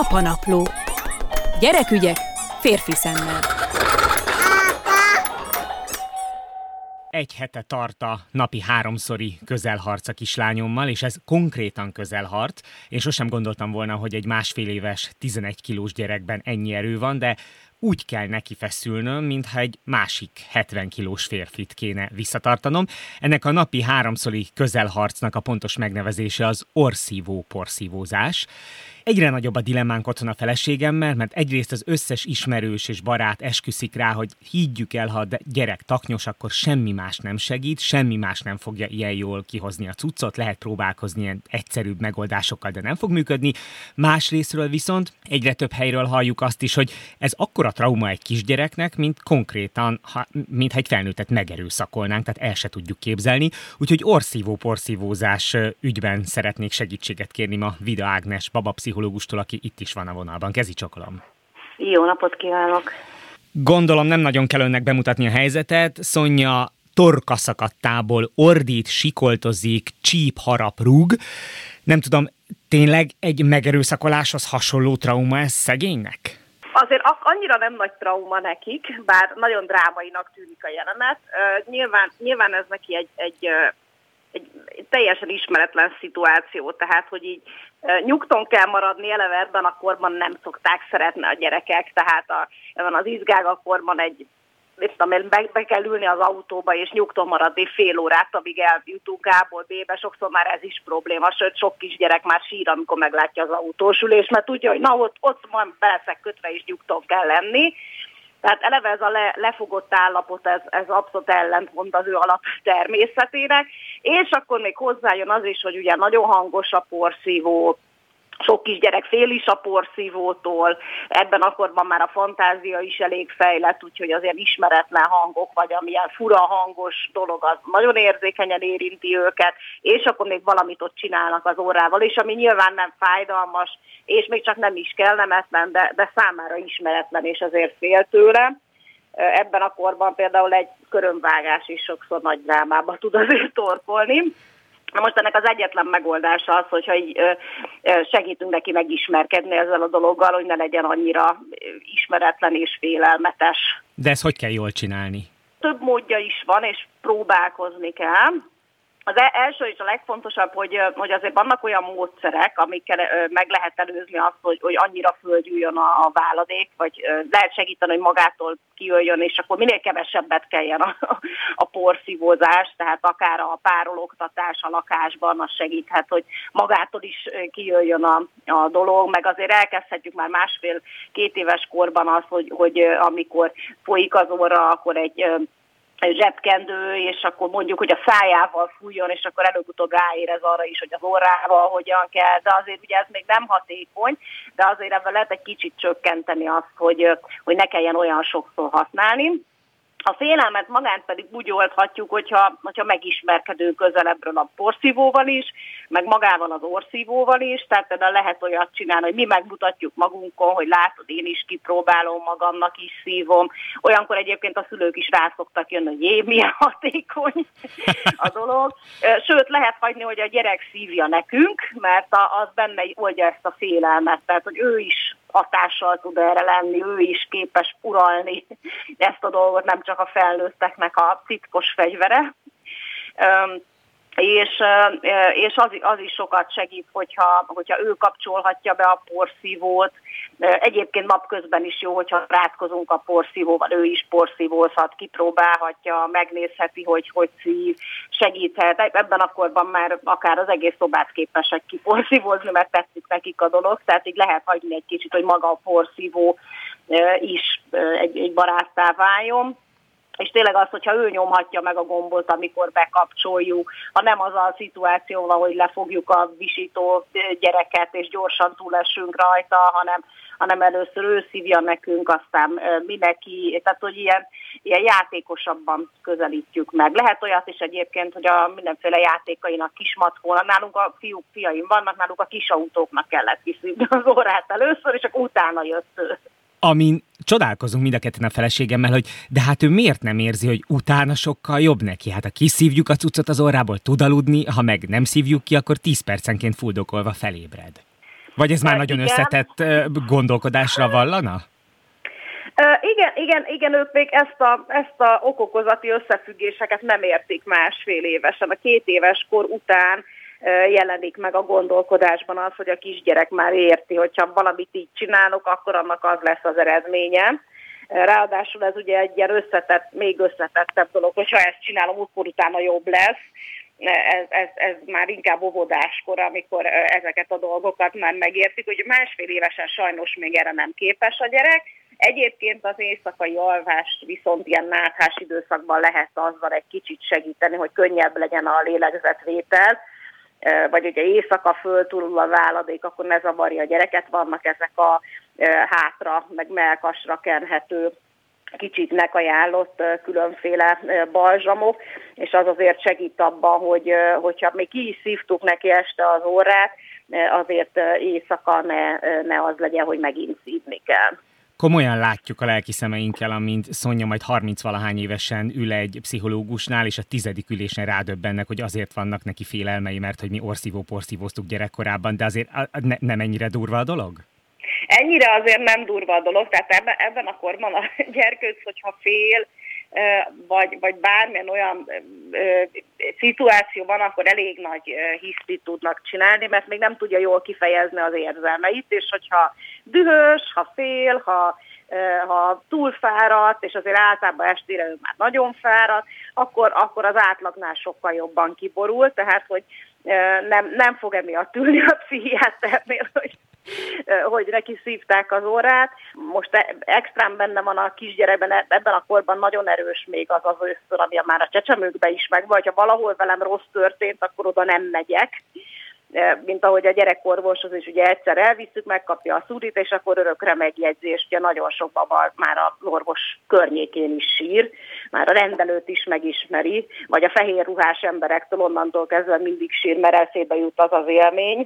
Apanapló. Gyerekügyek férfi szemmel. Egy hete tart a napi 3-szori közelharc a kislányommal, és ez konkrétan közelharc. Én sosem gondoltam volna, hogy egy 1,5 éves, 11 kilós gyerekben ennyi erő van, de úgy kell neki feszülnöm, mintha egy másik 70 kilós férfit kéne visszatartanom. Ennek a napi 3-szori közelharcnak a pontos megnevezése az orszívó-porszívózás. Egyre nagyobb a dilemmánk otthon a feleségemmel, mert egyrészt az összes ismerős és barát esküszik rá, hogy higgyük el, ha a gyerek taknyos, akkor semmi más nem segít, semmi más nem fogja ilyen jól kihozni a cuccot, lehet próbálkozni ilyen egyszerűbb megoldásokkal, de nem fog működni. Másrésztről viszont egyre több helyről halljuk azt is, hogy ez akkora trauma egy kisgyereknek, mint konkrétan, mintha egy felnőttet megerőszakolnánk, tehát el se tudjuk képzelni. Úgyhogy orszívó-porszívózás ügyben szeretnék segítséget kérni ma Vida Ágnes babapszichológustól, aki itt is van a vonalban. Kezi csokolom. Jó napot kívánok! Gondolom nem nagyon kell önnek bemutatni a helyzetet. Szonya torkaszakadtából ordít, sikoltozik, csíp, harap, rúg. Nem tudom, tényleg egy megerőszakoláshoz hasonló trauma ez szegénynek? Azért annyira nem nagy trauma nekik, bár nagyon drámainak tűnik a jelenet. Nyilván ez neki egy teljesen ismeretlen szituáció, tehát hogy így nyugton kell maradni, eleve ebben a korban nem szokták szeretni a gyerekek, tehát ebben az izgága korban be kell ülni az autóba és nyugton maradni fél órát, amíg eljutunk A-ból B-be, sokszor már ez is probléma, sőt sok kisgyerek már sír, amikor meglátja az autós ülést, mert tudja, hogy na ott van beleszek kötve és nyugton kell lenni. Tehát eleve ez a lefogott állapot, ez abszolút ellentmond az ő alaptermészetének, és akkor még hozzájön az is, hogy ugye nagyon hangos a porszívó, sok kisgyerek fél is a porszívótól, ebben a korban már a fantázia is elég fejlett, úgyhogy azért ismeretlen hangok, vagy amilyen fura hangos dolog, az nagyon érzékenyen érinti őket, és akkor még valamit ott csinálnak az orrával, és ami nyilván nem fájdalmas, és még csak nem is kellemetlen, de számára ismeretlen, és azért fél tőle. Ebben a korban például egy körömvágás is sokszor nagy drámába tud azért torkolni. Most ennek az egyetlen megoldása az, hogyha segítünk neki megismerkedni ezzel a dologgal, hogy ne legyen annyira ismeretlen és félelmetes. De ezt hogy kell jól csinálni? Több módja is van, és próbálkozni kell. Az első és a legfontosabb, hogy azért vannak olyan módszerek, amikkel meg lehet előzni azt, hogy annyira földüljön a váladék, vagy lehet segíteni, hogy magától kijöjjön, és akkor minél kevesebbet kelljen a porszívózás, tehát akár a párologtatás a lakásban, az segíthet, hogy magától is kijöjjön a dolog, meg azért elkezdhetjük már 1,5-2 éves korban az, hogy amikor folyik az orra, akkor egy zsebkendő, és akkor mondjuk, hogy a szájával fújjon, és akkor előbb-utóbb ráérez arra is, hogy az orrával hogyan kell, de azért ugye ez még nem hatékony, de azért ebben lehet egy kicsit csökkenteni azt, hogy ne kelljen olyan sokszor használni. A félelmet magát pedig úgy oldhatjuk, hogyha megismerkedünk közelebbről a porszívóval is, meg magával az orszívóval is, tehát például lehet olyat csinálni, hogy mi megmutatjuk magunkon, hogy látod, én is kipróbálom magamnak, is szívom. Olyankor egyébként a szülők is rá szoktak jönni, hogy jé, milyen hatékony a dolog. Sőt, lehet hagyni, hogy a gyerek szívja nekünk, mert az benne oldja ezt a félelmet, tehát hogy ő is hatással tud erre lenni, ő is képes uralni ezt a dolgot, nem csak a felnőtteknek a titkos fegyvere. És az is sokat segít, hogyha ő kapcsolhatja be a porszívót. Egyébként napközben is jó, hogyha rátkozunk a porszívóval, ő is porszívózhat, kipróbálhatja, megnézheti, hogy szív, segíthet. Ebben a korban már akár az egész szobát képesek kiporszívózni, mert tetszik nekik a dolog, tehát így lehet hagyni egy kicsit, hogy maga a porszívó is egy baráttá váljon. És tényleg az, hogyha ő nyomhatja meg a gombot, amikor bekapcsoljuk, ha nem az a szituáció van, hogy lefogjuk a visító gyereket, és gyorsan túlesünk rajta, hanem először ő szívja nekünk, aztán mi neki, tehát hogy ilyen játékosabban közelítjük meg. Lehet olyat is egyébként, hogy a mindenféle játékainak kismackónak, nálunk a fiaim vannak, náluk a kisautóknak kellett kiszívni az órát először, és akkor utána jött ő. Amin csodálkozunk mind a ketten a feleségemmel, hogy de hát ő miért nem érzi, hogy utána sokkal jobb neki? Hát ha kiszívjuk a cuccot az orrából, tud aludni, ha meg nem szívjuk ki, akkor 10 percenként fuldokolva felébred. Vagy ez már nagyon összetett gondolkodásra vallana? Igen, ők még ezt a okokozati összefüggéseket nem értik másfél évesen. A 2 éves kor után jelenik meg a gondolkodásban az, hogy a kisgyerek már érti, hogyha valamit így csinálok, akkor annak az lesz az eredménye. Ráadásul ez ugye egy ilyen még összetettebb dolog, hogyha ezt csinálom, akkor utána jobb lesz. Ez már inkább óvodáskor, amikor ezeket a dolgokat már megértik, hogy másfél évesen sajnos még erre nem képes a gyerek. Egyébként az éjszakai alvást viszont ilyen náthás időszakban lehet azzal egy kicsit segíteni, hogy könnyebb legyen a lélegzetvétel, vagy ugye éjszaka föltúrul a váladék, akkor ne zavarja a gyereket, vannak ezek a hátra, meg mellkasra kenhető, kicsiknek ajánlott különféle balzsamok, és az azért segít abban, hogyha még ki is szívtuk neki este az órát, azért éjszaka ne az legyen, hogy megint szívni kell. Komolyan látjuk a lelki szemeinkkel, amint Szonya majd 30-valahány évesen ül egy pszichológusnál, és a 10. ülésen rádöbbennek, hogy azért vannak neki félelmei, mert hogy mi orszívó-porszívóztuk gyerekkorában, de azért nem ennyire durva a dolog? Ennyire azért nem durva a dolog, tehát ebben a korban a gyerkőc, hogyha fél, vagy bármilyen olyan szituáció van, akkor elég nagy hisztit tudnak csinálni, mert még nem tudja jól kifejezni az érzelmeit, és hogyha dühös, ha fél, ha túlfáradt, és azért általában estére ő már nagyon fáradt, akkor az átlagnál sokkal jobban kiborul, tehát hogy nem fog emiatt ülni a pszichiáternél, hogy neki szívták az órát. Most extrán benne van a kisgyerekben, ebben a korban nagyon erős még az ösztön, ami már a csecsemőkben is megvan, ha valahol velem rossz történt, akkor oda nem megyek. Mint ahogy a gyerekorvoshoz is ugye egyszer elvisszük, megkapja a szúrit, és akkor örökre megjegyzés. Ugye nagyon sok baba már az orvos környékén is sír, már a rendelőt is megismeri, vagy a fehér ruhás emberektől onnantól kezdve mindig sír, mert eszébe jut az élmény.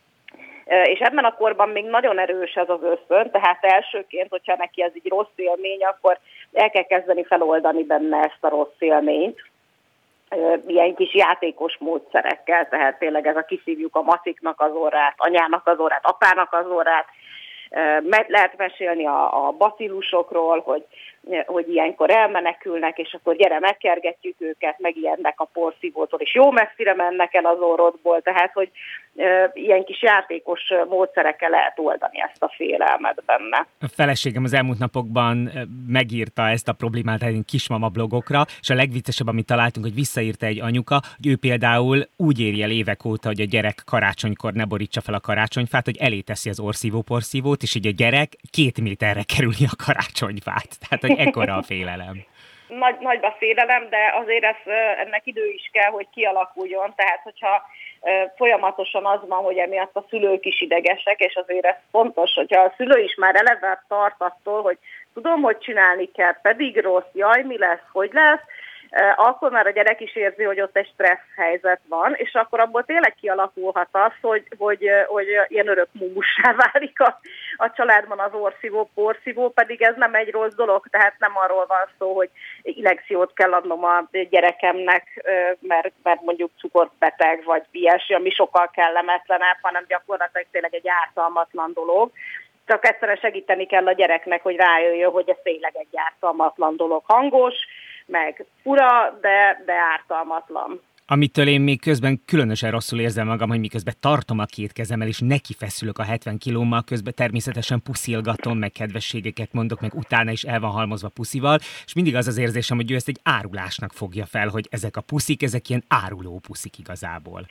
És ebben a korban még nagyon erős ez az ösztön, tehát elsőként, hogyha neki ez így rossz élmény, akkor el kell kezdeni feloldani benne ezt a rossz élményt. Ilyen kis játékos módszerekkel, tehát tényleg ez a kiszívjuk a maciknak az orrát, anyának az orrát, apának az orrát, lehet mesélni a bacillusokról, hogy ilyenkor elmenekülnek, és akkor gyere, megkergetjük őket, megijednek a porszívótól, és jó messzire mennek el az orrodból, tehát hogy ilyen kis játékos módszerekkel lehet oldani ezt a félelmet benne. A feleségem az elmúlt napokban megírta ezt a problémát egy kismama blogokra, és a legviccesebb, amit találtunk, hogy visszaírta egy anyuka, hogy ő például úgy éri el évek óta, hogy a gyerek karácsonykor ne borítsa fel a karácsonyfát, hogy elé teszi az orszívó-porszívót, és így a gyerek 2 méterre kerülni a karácsonyfát. Tehát, hogy ekkora a félelem. Nagy a félelem, de azért ennek idő is kell, hogy kialakuljon. Tehát, hogyha folyamatosan az van, hogy emiatt a szülők is idegesek, és azért ez fontos, hogyha a szülő is már eleve tart attól, hogy tudom, hogy csinálni kell, pedig rossz, jaj, mi lesz, hogy lesz, akkor már a gyerek is érzi, hogy ott egy stressz helyzet van, és akkor abból tényleg kialakulhat az, hogy ilyen örök múmussá válik a családban az orszívó-porszívó, pedig ez nem egy rossz dolog, tehát nem arról van szó, hogy injekciót kell adnom a gyerekemnek, mert mondjuk cukorbeteg, vagy ilyesmi, ami sokkal kellemetlenebb, hanem gyakorlatilag tényleg egy ártalmatlan dolog. Csak egyszerűen segíteni kell a gyereknek, hogy rájöjjön, hogy ez tényleg egy ártalmatlan dolog, hangos, meg fura, de ártalmatlan. Amitől én még közben különösen rosszul érzem magam, hogy miközben tartom a 2 kezemmel, és neki feszülök a 70 kilómmal, közben természetesen puszilgatom, meg kedvességeket mondok, meg utána is el van halmozva puszival, és mindig az érzésem, hogy ő ezt egy árulásnak fogja fel, hogy ezek a puszik, ezek ilyen áruló puszik igazából.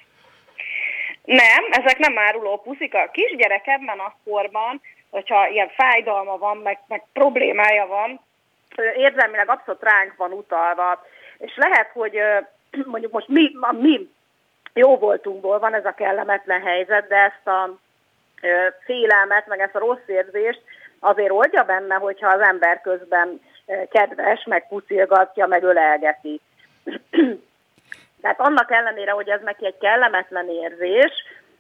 Nem, ezek nem áruló puszik. A kisgyerek ebben a korban, hogyha ilyen fájdalma van, meg problémája van, érzelmileg abszolút ránk van utalva, és lehet, hogy mondjuk most mi jó voltunkból van ez a kellemetlen helyzet, de ezt a félelmet, meg ezt a rossz érzést azért oldja benne, hogyha az ember közben kedves, meg puszilgatja, meg ölelgeti. Tehát annak ellenére, hogy ez neki egy kellemetlen érzés,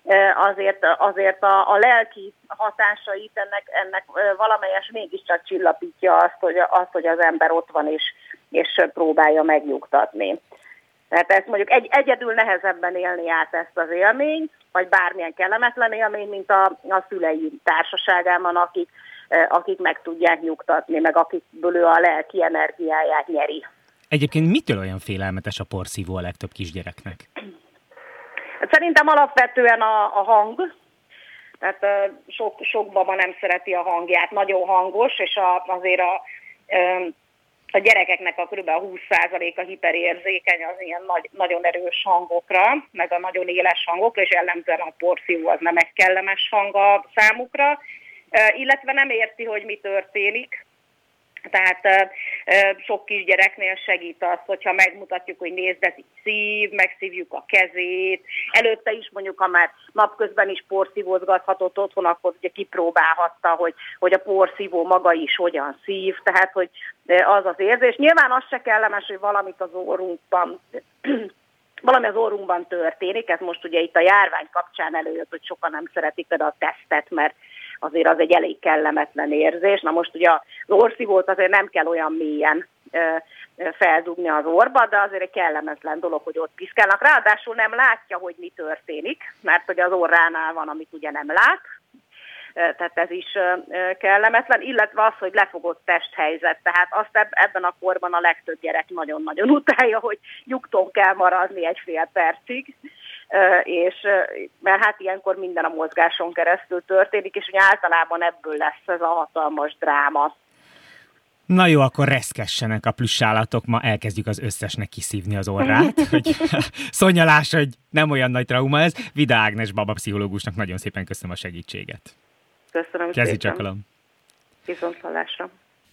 azért a lelki hatásait ennek valamelyes mégiscsak csillapítja azt, hogy az ember ott van és próbálja megnyugtatni. Tehát ezt mondjuk egyedül nehezebben élni át ezt az élményt, vagy bármilyen kellemetlen élmény, mint a szülei társaságában, akik meg tudják nyugtatni, meg akikből ő a lelki energiáját nyeri. Egyébként mitől olyan félelmetes a porszívó a legtöbb kisgyereknek? Szerintem alapvetően a hang. Tehát sok baba nem szereti a hangját, nagyon hangos, és azért a gyerekeknek a kb. 20%-a hiperérzékeny az ilyen nagyon erős hangokra, meg a nagyon éles hangokra, és jellemzően a porszívó az nem egy kellemes hang a számukra, illetve nem érti, hogy mi történik. Tehát sok kisgyereknél segít az, hogyha megmutatjuk, hogy nézd, ez így szív, megszívjuk a kezét. Előtte is mondjuk, ha már napközben is porszívózgathatott otthon, akkor ugye kipróbálhatta, hogy a porszívó maga is hogyan szív, tehát hogy az az érzés. Nyilván az se kellemes, hogy valami az orrunkban történik, ez most ugye itt a járvány kapcsán előjött, hogy sokan nem szeretik például a tesztet, mert azért az egy elég kellemetlen érzés. Na most ugye az orszívót azért nem kell olyan mélyen feldugni az orba, de azért egy kellemetlen dolog, hogy ott piszkálnak. Ráadásul nem látja, hogy mi történik, mert hogy az orránál van, amit ugye nem lát, tehát ez is kellemetlen, illetve az, hogy lefogott testhelyzet, tehát azt ebben a korban a legtöbb gyerek nagyon-nagyon utálja, hogy nyugton kell maradni egy fél percig, mert hát ilyenkor minden a mozgáson keresztül történik, és ugye általában ebből lesz ez a hatalmas dráma. Na jó, akkor reszkessenek a plüssállatok, ma elkezdjük az összesnek kiszívni az orrát, hogy Szonya lássa, hogy nem olyan nagy trauma ez. Vida Ágnes babapszichológusnak nagyon szépen köszönöm a segítséget. Köszönöm Kezi szépen. csakalom. Viszonthallásra.